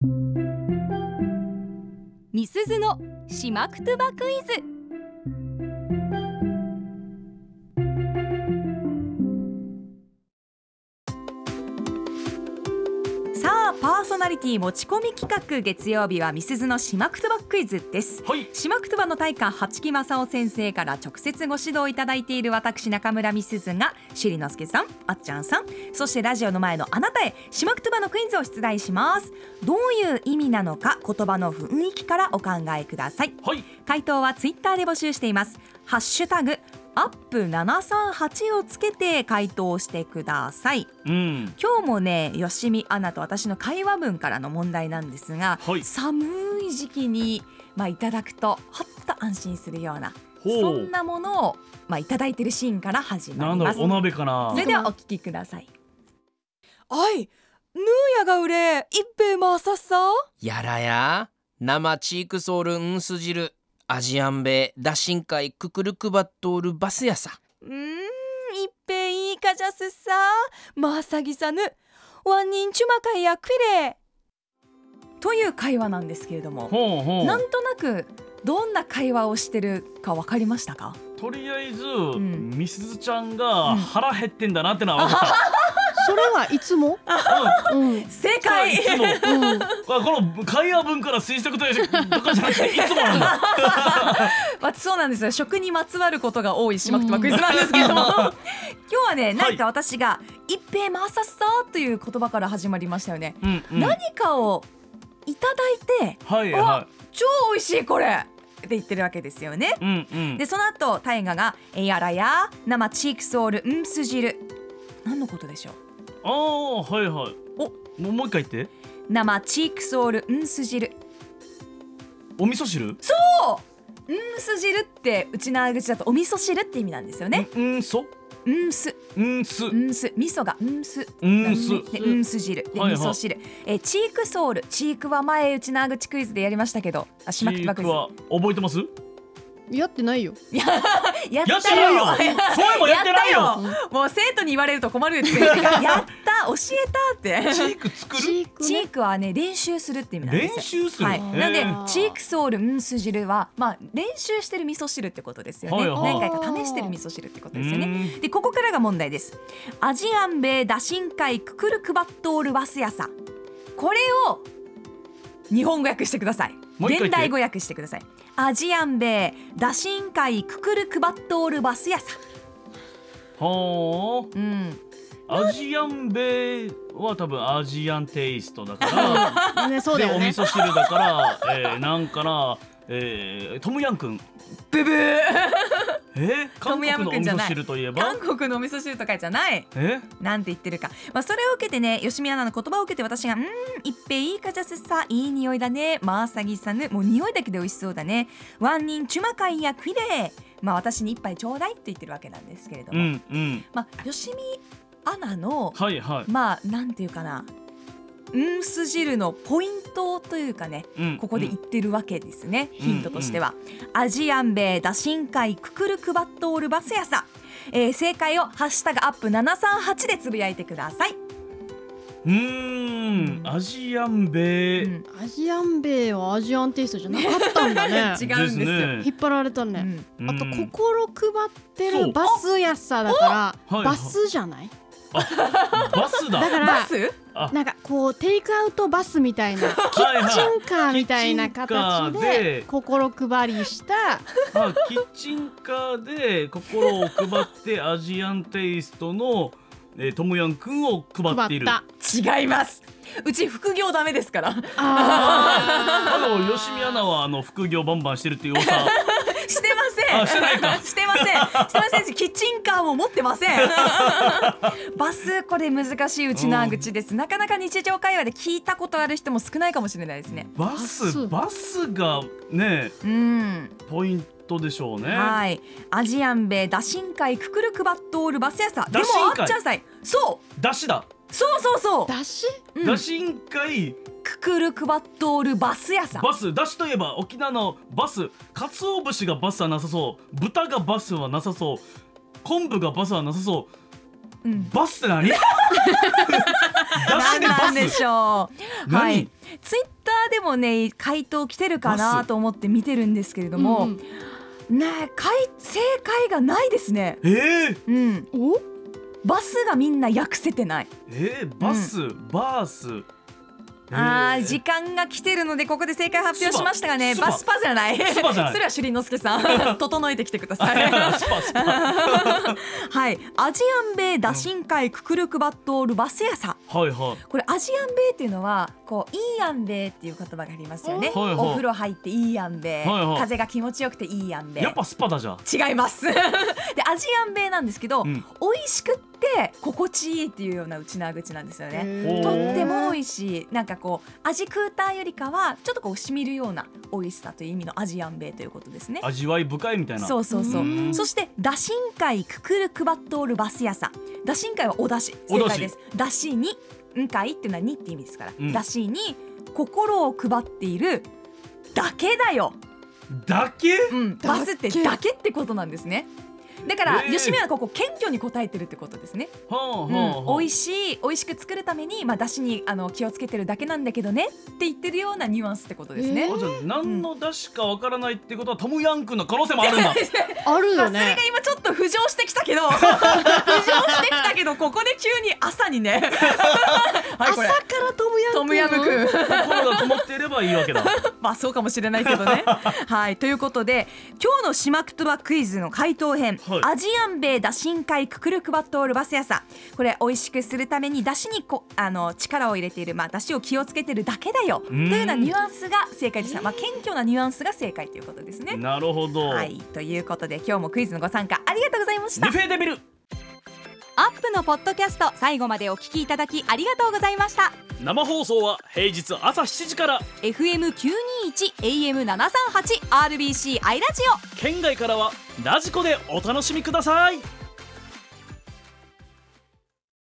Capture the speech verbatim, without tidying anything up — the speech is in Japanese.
みすずのしまくとばクイズ。さあ、パーソナリティ持ち込み企画、月曜日はみすずのしまくとばクイズです、 はい、 しまくとばの大家八木正夫先生から直接ご指導いただいている私中村みすずが、しりのすけさん、あっちゃんさん、そしてラジオの前のあなたへしまくとばのクイズを出題します。どういう意味なのか、言葉の雰囲気からお考えください。 はい、 回答はツイッターで募集しています。ハッシュタグアップななさんはちをつけて回答してください。 うん、 今日もね、よしみアナと私の会話文からの問題なんですが、 はい、 寒い時期に、まあ、いただくとほっと安心するような、 ほう、 そんなものを、まあ、いただいているシーンから始まなんります。 だろう、お鍋かな。 それではお聞きください。 あい、ぬーやがうれ、いっぺいまさっさ。 やらや、生チークソールんす汁、アジアンベダシンカイククルクバットールバスやさ。 うーん、いっぺいいいかじゃすさ。まさぎさぬ、ワンニンチュマカイやくれ。 という会話なんですけれども、 ほうほう、 なんとなくどんな会話をしてるか分かりましたか？ とりあえず、 んみすずちゃんが腹減ってんだなってのは分かった。 それはいつもうん正解。 いつも、 うんこの会話文から推測とかじゃなくていつもなんだ。 まあ、そうなんですよ。食にまつわることが多いしまくとばクイズなんですけれども、今日はね、何か私が一平まさっさという言葉から始まりましたよね、 うんうん、 何かをいただいて、 はいは超美味しいこれって言ってるわけですよね。 い、うんうん、 でその後大河がえやらや生チークソールんす汁、何のことでしょう？ ああ、はいはい。 お、 もうもう一回言って。 生チークソールんす汁。 お味噌汁？ そう、んす汁ってうちなー口だとお味噌汁って意味なんですよね。 んんそんすんすんす、味噌がんすんすでんす汁ではいはい味噌汁、えチークソール、チークは前うちなー口クイズでやりましたけど、あ、しチまくとばクイズークは覚えてます？ やってないよ。 ややったってないよ。そういえばやってないよ。 やったよ。もう生徒に言われると困るって先生がやった教えたってチーク作る？ チークねチークはね、練習するって意味なんですよ。 練習する。 はい、 へーなんでへーチークソールんす汁は、まあ、練習してる味噌汁ってことですよね、 はいはい何回か試してる味噌汁ってことですよね。 うんでここからが問題です。アジアンベイダシンカイククルクバットールバスヤサ、これを日本語訳してください。 もう一回言って現代語訳してください。アジアンベイダシンカイククルクバットールバスヤサ。 はうんあ。アジアンベイは多分アジアンテイストだからね、そうでお味だよね。 噌汁だから、えー、なんかな、えー、トムヤンくん。 ブブーえー、 トム韓国のお味ヤムくんじゃない噌汁といえば韓国のお味噌汁とかじゃない、 えなんて言ってるか、まあ、それを受けてね、吉見アナの言葉を受けて私が、うーん、一平いいかじゃすさ、いい匂いだね、まさぎさぬ、もう匂いだけで美味しそうだね、ワンニンチュマカイやクイレ、まあ私に一杯ちょうだいって言ってるわけなんですけれどうも、 んうんまあ吉見アナのはいはい、 まあなんていうかな、うんす汁のポイントというかね、 うん、 ここで言ってるわけですね、 うんヒントとしては、アジアンベイダシンカイククルクバットールバスヤサ、えー、正解をハッシュタグアップななさんはちでつぶやいてください。 うーん、アジアンベイ、 うんアジアンベイはアジアンテイストじゃなかったんだね。 違うんですよ。 引っ張られたうね。 んうんあと心配ってそうるバスやさだからはいバスじゃない？ バスだだからバス？ あなんかこうテイクアウトバスみたいなキはいはいッチンカーみたいな形キッチンカーでで心配りしたあキッチンカーで心を配ってアジアンテイストの、えー、トムヤンくんを配っている。 配った。 違います。うち副業ダメですから。 ああの吉見アナはあの副業バンバンしてるっていう噂してません。 あしてないかしてません。してませんし、キッチンカーも持ってません。バス、これ難しいうちな口です。なかなか日常会話で聞いたことある人も少ないかもしれないですね。 バスバスがねうん。 ポイントでしょうね。 はい。アジアンベイダシンカイククルクバットールバスヤサ。でもダシンカイあっちゃんさい。そうだしだそうそうそう。 だしうんだしんかいククルクバットールバスヤサ。 バスだしといえば沖縄のバス、鰹節がバスはなさそう、豚がバスはなさそう、昆布がバスはなさそう、 うん。 バスって何だし何でバなんでスしょう。 何はい。 ツイッターでもね回答来てるかなと思って見てるんですけれども、 うんねえかい正解がないですね。 えー、 うん、 おバスがみんな訳せてない。 えー、バス、バース、えーあー時間が来てるのでここで正解発表しましたがね、 スパバスパじゃないスパじゃないそれは朱里之助さん整えてきてくださいスパスパはいアジアンベイ打診会ククルクバットールバスヤサ。 はいはい。 これアジアンベイっていうのはこういいやんべいっていう言葉がありますよね、 はいはいお風呂入っていいやんべい、 はいはい風が気持ちよくていいやんべい。 やっぱスパだじゃん。 違いますでアジアンベイなんですけど、 うん、 美味しくって心地いいっていうような内縄口なんですよね。 おーとっても美味しい、なんかこう味クーターよりかはちょっとこうしみるような美味しさという意味のアジアンベイということですね。 味わい深いみたいな。 そうそうそうう。 んそして打診会ククルクバットールバスヤサ。打診会はお出汁、 お出汁正解です。出汁にん会っていうのはにって意味ですから、 うん出汁に心を配っているだけだよ。 だけ、 うん、 だけバスってだけってことなんですね。だから、 えー吉見はここ謙虚に答えてるってことですね。 はあうんはあはあ、 美味しい美味しく作るために、まあ、出汁にあの気をつけてるだけなんだけどねって言ってるようなニュアンスってことですね。 えあじゃあ何の出汁かわからないってことはトムヤンクンの可能性もあるんだあるまあ、 よねそれが今ちょっと浮上してきたけど浮上してきたけどここで急に朝にねはいこれ朝からトムヤムトムヤムくん心がこもっていればいいわけだまあそうかもしれないけどねはいということで今日のシマクトゥバクイズの回答編、 はいアジアンベイ打診会ククルクバットールバスヤサ。これ美味しくするために出汁にこあの力を入れている、まあ、出汁を気をつけてるだけだよとんいうようなニュアンスが正解でした。まあ、謙虚なニュアンスが正解ということですね。 なるほど、 はいということで今日もクイズのご参加ありがとうございました。 リフェデビルアップのポッドキャスト最後までお聞きいただきありがとうございました。 生放送は平日朝しちじから、 エフエムきゅうにいち エーエムななさんはち アールビーシー アイラジオ県外からはラジコでお楽しみください。